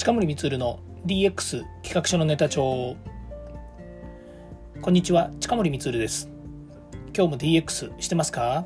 近森光の DX 企画書のネタ帳。こんにちは、近森光です。今日も DX してますか？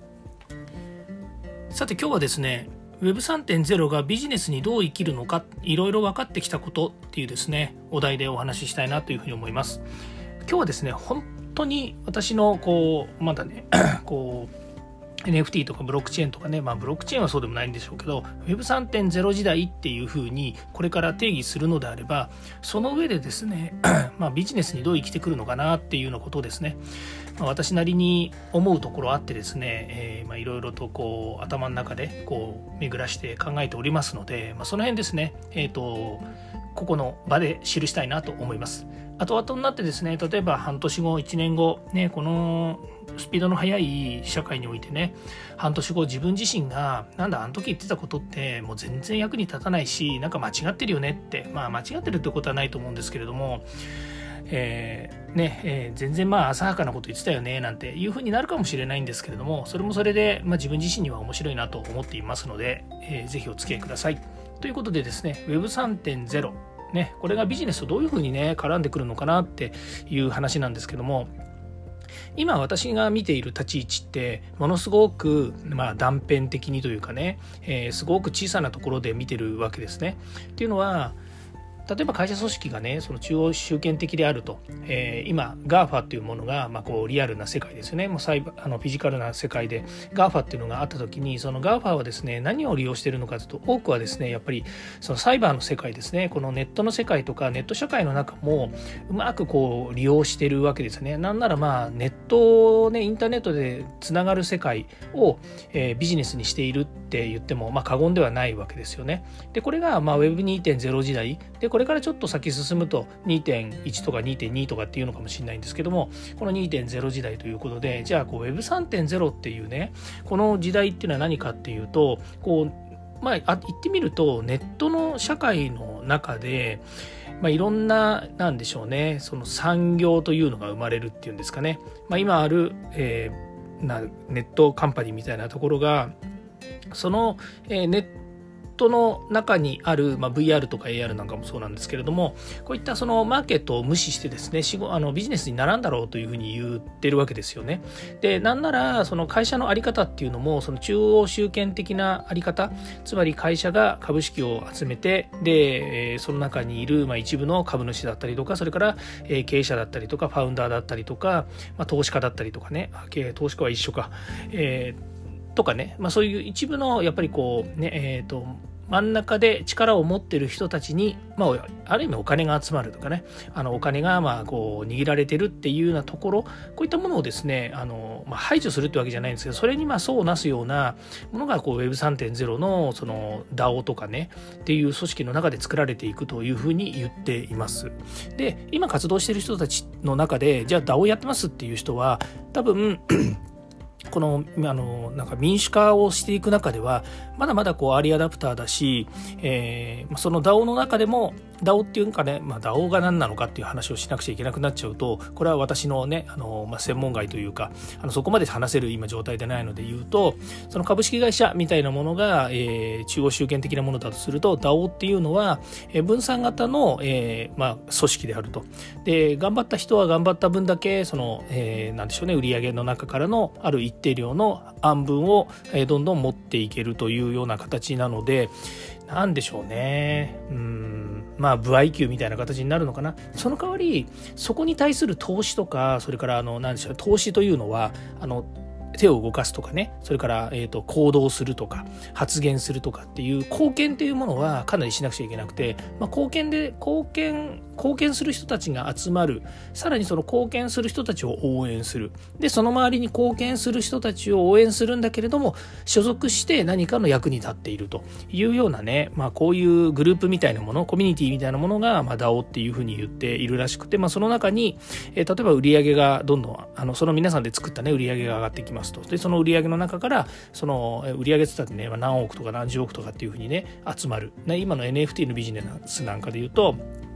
さて今日はですね、Web3.0 がビジネスにどう生きるのか、いろいろ分かってきたことっていうですね、お題でお話ししたいなというふうに思います。今日はですね、本当に私のまだねNFT とかブロックチェーンとかね、ブロックチェーンはそうでもないんでしょうけど Web3.0 時代っていうふうにこれから定義するのであれば、その上でですねビジネスにどう生きてくるのかなっていうようなことをですね、私なりに思うところあってですね、いろいろと頭の中で巡らして考えておりますので、その辺ですね、ここの場で記したいなと思います。後々になってですね、例えば半年後1年後ね、このスピードの速い社会においてね、半年後自分自身があの時言ってたことってもう全然役に立たないし、間違ってるよねって、間違ってるってことはないと思うんですけれども、全然浅はかなこと言ってたよねなんていうふうになるかもしれないんですけれども、それもそれで、自分自身には面白いなと思っていますので、ぜひお付き合いください。ということでですね、Web3.0 ね、これがビジネスとどういうふうにね絡んでくるのかなっていう話なんですけども、今私が見ている立ち位置ってものすごく断片的にというかね、すごく小さなところで見てるわけですね。っていうのは、例えば会社組織がね、その中央集権的であると、今 GAFA っていうものがリアルな世界ですよね。もうフィジカルな世界で GAFA っていうのがあった時に、その GAFA はですね、何を利用しているのかというと、多くはですね、やっぱりそのサイバーの世界ですね、このネットの世界とかネット社会の中もうまく利用しているわけですね。なんならネットね、インターネットでつながる世界を、ビジネスにしているって言っても過言ではないわけですよね。でこれがWeb2.0 時代で、これからちょっと先進むと 2.1 とか 2.2 とかっていうのかもしれないんですけども、この 2.0 時代ということで、じゃあWeb3.0 っていうね、この時代っていうのは何かっていうと、言ってみるとネットの社会の中でいろんななんでしょうね、その産業というのが生まれるっていうんですかね。今ある、ネットカンパニーみたいなところが、その、ネットの中にある、VR とか AR なんかもそうなんですけれども、こういったそのマーケットを無視してですね、ビジネスにならんだろうというふうに言ってるわけですよね。で、なんならその会社のあり方っていうのも、その中央集権的なあり方、つまり会社が株式を集めて、でその中にいる一部の株主だったりとか、それから経営者だったりとか、ファウンダーだったりとか、投資家だったりとかね、投資家は一緒か、とかね、そういう一部のやっぱり真ん中で力を持っている人たちに、ある意味お金が集まるとかね、お金が握られてるっていうようなところ、こういったものをですね、排除するってわけじゃないんですけど、それにそうをなすようなものがWeb3.0 のその DAO とかねっていう組織の中で作られていくというふうに言っています。で、今活動している人たちの中で、じゃあ DAO やってますっていう人は多分この民主化をしていく中ではまだまだアーリーアダプターだし、その DAO の中でも DAO っていうかね、DAO が何なのかっていう話をしなくちゃいけなくなっちゃうと、これは私のね専門外というか、そこまで話せる今状態でないので言うと、その株式会社みたいなものが、中央集権的なものだとすると、 DAO っていうのは、分散型の、組織であると。で、頑張った人は頑張った分だけその、なんでしょうね、売上の中からのある一定量の案分をどんどん持っていけるというような形なので、なんでしょうね、歩合給みたいな形になるのかな。その代わりそこに対する投資とか、それからなんでしょう、投資というのは手を動かすとかね、それから、行動するとか発言するとかっていう貢献っていうものはかなりしなくちゃいけなくて、貢献する人たちが集まる、さらにその貢献する人たちを応援する、でその周りに貢献する人たちを応援するんだけれども、所属して何かの役に立っているというようなね、こういうグループみたいなもの、コミュニティみたいなものが、DAO っていうふうに言っているらしくて、その中に、例えば売上がどんどんその皆さんで作ったね売上が上がってきますと。でその売上の中からその売上って言ったってね、何億とか何十億とかっていうふうにね集まる、今の NFT のビジネスなんかで言うと、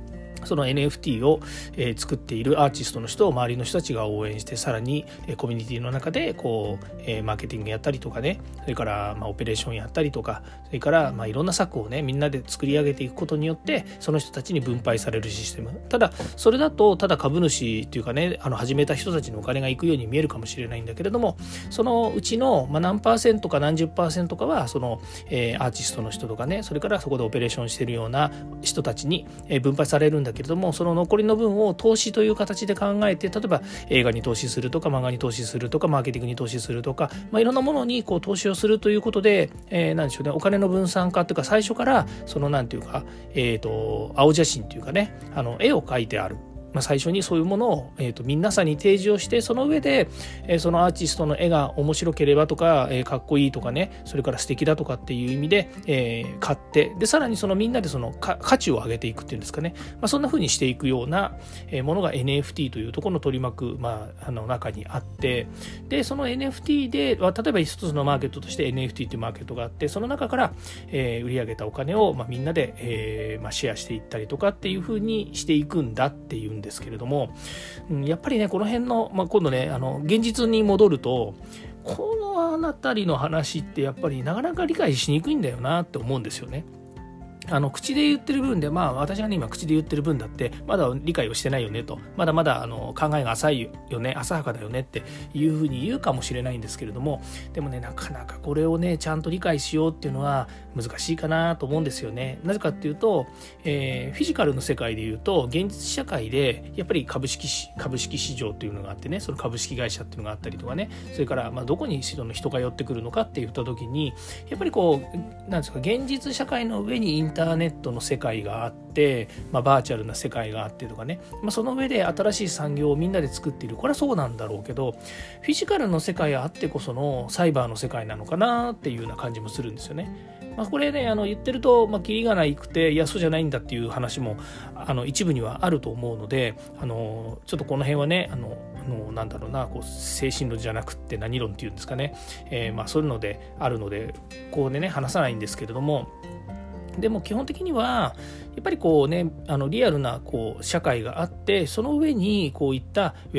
その NFT を作っているアーティストの人を周りの人たちが応援して、さらにコミュニティの中でこうマーケティングやったりとかね、それからオペレーションやったりとか、それからいろんな策をねみんなで作り上げていくことによってその人たちに分配されるシステム。ただそれだとただ株主っていうかね、始めた人たちのお金がいくように見えるかもしれないんだけれども、そのうちの何%か何十%かはそのアーティストの人とかね、それからそこでオペレーションしているような人たちに分配されるんだけれども、その残りの分を投資という形で考えて、例えば映画に投資するとか漫画に投資するとかマーケティングに投資するとか、いろんなものにこう投資をするということで、なんでしょうね、お金の分散化というか、最初からそのなんていうか、青写真というかね、絵を描いてある。最初にそういうものを、皆さんに提示をして、その上で、そのアーティストの絵が面白ければとか、かっこいいとかね、それから素敵だとかっていう意味で、買って、でさらにそのみんなでその価値を上げていくっていうんですかね、そんな風にしていくようなものが NFT というところの取り巻く、中にあって、でその NFT で、例えば一つのマーケットとして NFT というマーケットがあって、その中から、売り上げたお金を、みんなで、シェアしていったりとかっていう風にしていくんだっていうんですけれども、やっぱりねこの辺の、今度ね現実に戻ると、この辺りの話ってやっぱりなかなか理解しにくいんだよなって思うんですよね。口で言ってる分で、私がね今口で言ってる分だってまだ理解をしてないよねと、まだまだ考えが浅いよね、浅はかだよねっていうふうに言うかもしれないんですけれども、でもねなかなかこれをねちゃんと理解しようっていうのは難しいかなと思うんですよね。なぜかっていうと、フィジカルの世界で言うと、現実社会でやっぱり株式市場っていうのがあってね、その株式会社っていうのがあったりとかね、それからどこに人が寄ってくるのかって言った時に、やっぱりこうなんですか、現実社会の上にインターネットの世界があって、バーチャルな世界があってとかね、その上で新しい産業をみんなで作っている、これはそうなんだろうけど、フィジカルの世界あってこそのサイバーの世界なのかなっていうような感じもするんですよね。これね言ってるとキリがないくて、いやそうじゃないんだっていう話も一部にはあると思うので、ちょっとこの辺はねなんだろうな、こう精神論じゃなくって何論っていうんですかね、そういうのであるのでこうでね話さないんですけれども、でも基本的にはやっぱりこうねリアルなこう社会があって、その上にこういった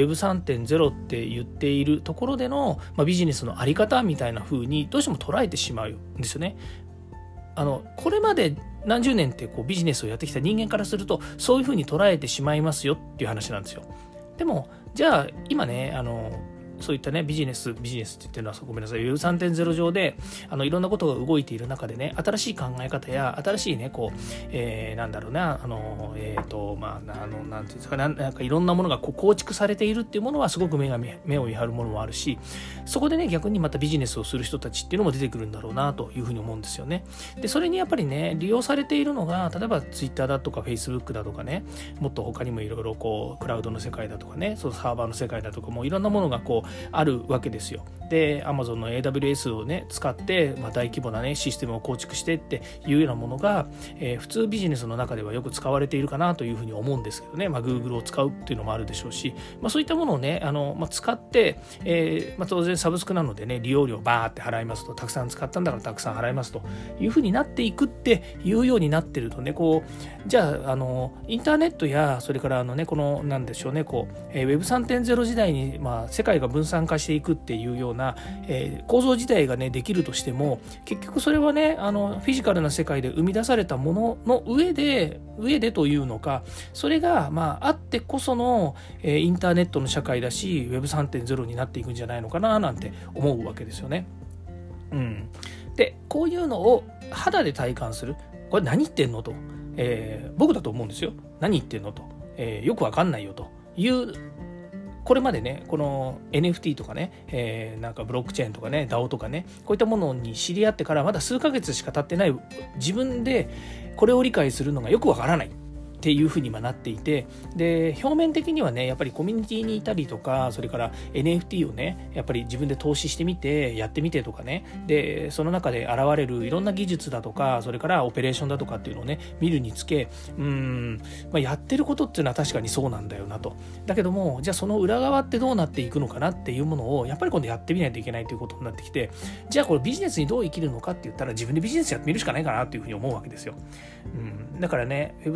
Web3.0 って言っているところでの、ビジネスのあり方みたいな風にどうしても捉えてしまうんですよね。これまで何十年ってこうビジネスをやってきた人間からするとそういう風に捉えてしまいますよっていう話なんですよ。でもじゃあ今ねそういったねビジネスって言ってるのはごめんなさい Web3.0 上でいろんなことが動いている中でね、新しい考え方や新しいねこう、なんだろうななんていうんですか、なんかいろんなものがこう構築されているっていうものはすごく目を見張るものもあるし、そこでね逆にまたビジネスをする人たちっていうのも出てくるんだろうなというふうに思うんですよね。でそれにやっぱりね利用されているのが、例えば Twitter だとか Facebook だとかね、もっと他にもいろいろこうクラウドの世界だとかね、そのサーバーの世界だとかもいろんなものがこうあるわけですよ。で Amazon の AWS をね使って、大規模なねシステムを構築してっていうようなものが、普通ビジネスの中ではよく使われているかなというふうに思うんですけどね、Google を使うっていうのもあるでしょうし、そういったものをね使って、当然サブスクなのでね利用料バーって払いますと、たくさん使ったんだからたくさん払いますというふうになっていくっていうようになってるとね、こうじゃあインターネットやそれからこのなんでしょうねこう、Web3.0 時代に世界が分散化していくっていうような、構造自体がねできるとしても、結局それはねフィジカルな世界で生み出されたものの上でというのか、それがあってこその、インターネットの社会だし Web3.0 になっていくんじゃないのかななんて思うわけですよね。でこういうのを肌で体感する、これ何言ってんのと、僕だと思うんですよ。何言ってんのと、よくわかんないよというこれまでねこの NFT とかね、なんかブロックチェーンとかね DAO とかね、こういったものに知り合ってからまだ数ヶ月しか経ってない自分でこれを理解するのがよくわからないっていうふうになっていて、で表面的にはねやっぱりコミュニティにいたりとか、それから NFT をねやっぱり自分で投資してみてやってみてとかね、でその中で現れるいろんな技術だとか、それからオペレーションだとかっていうのをね見るにつけ、やってることっていうのは確かにそうなんだよなと。だけどもじゃあその裏側ってどうなっていくのかなっていうものをやっぱり今度やってみないといけないということになってきて、じゃあこれビジネスにどう生きるのかって言ったら自分でビジネスやってみるしかないかなっていうふうに思うわけですよ。だからね Web3.0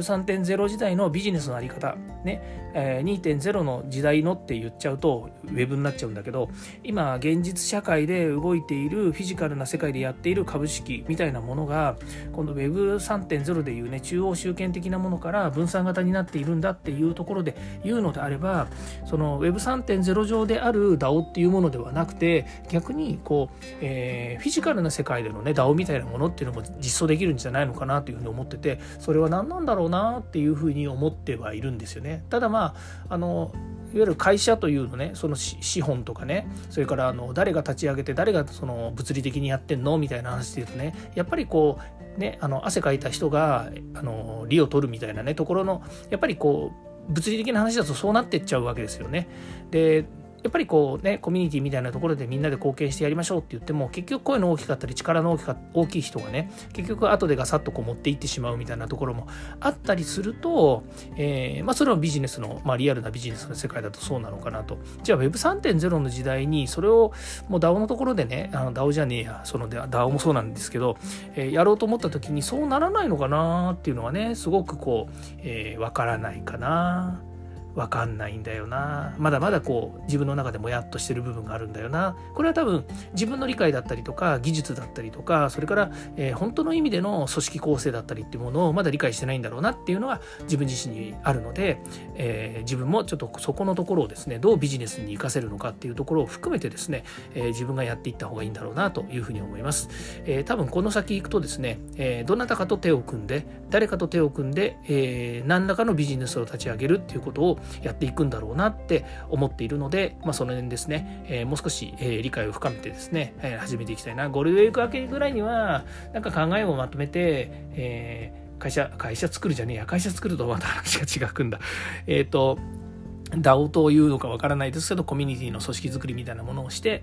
2.0 時代のビジネスのあり方、ね、2.0 の時代のって言っちゃうとウェブになっちゃうんだけど、今現実社会で動いているフィジカルな世界でやっている株式みたいなものが今度 Web3.0 でいうね、中央集権的なものから分散型になっているんだっていうところで言うのであれば、その Web3.0 上である DAO っていうものではなくて、逆にこう、フィジカルな世界でのね DAO みたいなものっていうのも実装できるんじゃないのかなというふうに思ってて、それは何なんだろうなっていうふうに思ってはいるんですよね。ただいわゆる会社というのね、その資本とかね、それから誰が立ち上げて誰がその物理的にやってんのみたいな話で言うとね、やっぱりこうね、汗かいた人が利を取るみたいなねところの、やっぱりこう物理的な話だとそうなってっちゃうわけですよね。でやっぱりこうね、コミュニティみたいなところでみんなで貢献してやりましょうって言っても、結局声の大きかったり力の大きい人がね、結局後でガサッとこう持っていってしまうみたいなところもあったりすると、それはビジネスの、リアルなビジネスの世界だとそうなのかなと。じゃあ Web3.0 の時代にそれをもう DAO のところでね、DAO じゃねえや、その DAO もそうなんですけど、やろうと思った時にそうならないのかなっていうのはね、すごくこう、わからないかな。わかんないんだよな。まだまだこう自分の中でもやっとしてる部分があるんだよな。これは多分自分の理解だったりとか技術だったりとか、それから、本当の意味での組織構成だったりっていうものをまだ理解してないんだろうなっていうのは自分自身にあるので、自分もちょっとそこのところをですね、どうビジネスに生かせるのかっていうところを含めてですね、自分がやっていった方がいいんだろうなというふうに思います。多分この先行くとですね、どなたかと手を組んで、誰かと手を組んで、何らかのビジネスを立ち上げるっていうことをやっていくんだろうなって思っているので、その辺ですね、もう少し、理解を深めてですね、始めていきたいな。ゴールデンウィーク明けぐらいにはなんか考えをまとめて、会社作るじゃねえや、会社作るとまた話が違くんだ。DAO というのかわからないですけど、コミュニティの組織作りみたいなものをして、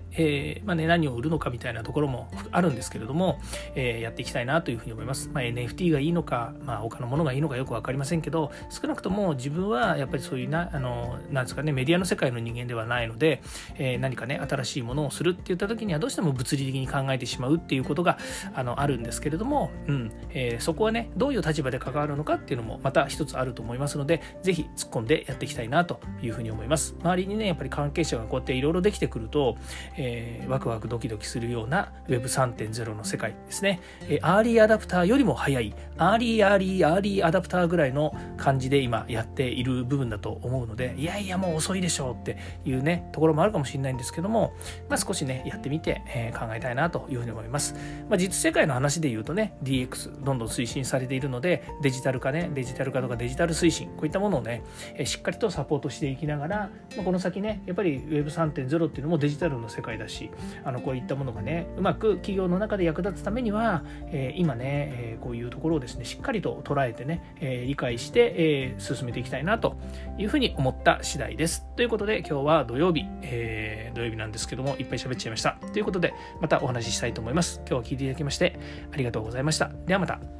何を売るのかみたいなところもあるんですけれども、やっていきたいなというふうに思います。NFT がいいのか、他のものがいいのかよくわかりませんけど、少なくとも自分はやっぱりそういうなんですかね、メディアの世界の人間ではないので、何かね新しいものをするって言った時にはどうしても物理的に考えてしまうっていうことがあるんですけれども、そこはねどういう立場で関わるのかっていうのもまた一つあると思いますので、ぜひ突っ込んでやっていきたいなというふうに思います。周りにねやっぱり関係者がこうやっていろいろできてくると、ワクワクドキドキするような Web3.0 の世界ですね。アーリーアダプターよりも早いアーリーアダプターぐらいの感じで今やっている部分だと思うので、いやいやもう遅いでしょうっていうねところもあるかもしれないんですけども、少しねやってみて、考えたいなというふうに思います。実世界の話で言うとね DX どんどん推進されているので、デジタル化とかデジタル推進、こういったものをねしっかりとサポートしていきながら、この先ねやっぱり Web3.0 っていうのもデジタルの世界だし、こういったものがねうまく企業の中で役立つためには、今ね、こういうところをですねしっかりと捉えてね、理解して、進めていきたいなというふうに思った次第です。ということで今日は土曜日なんですけども、いっぱい喋っちゃいました。ということでまたお話ししたいと思います。今日は聞いていただきましてありがとうございました。ではまた。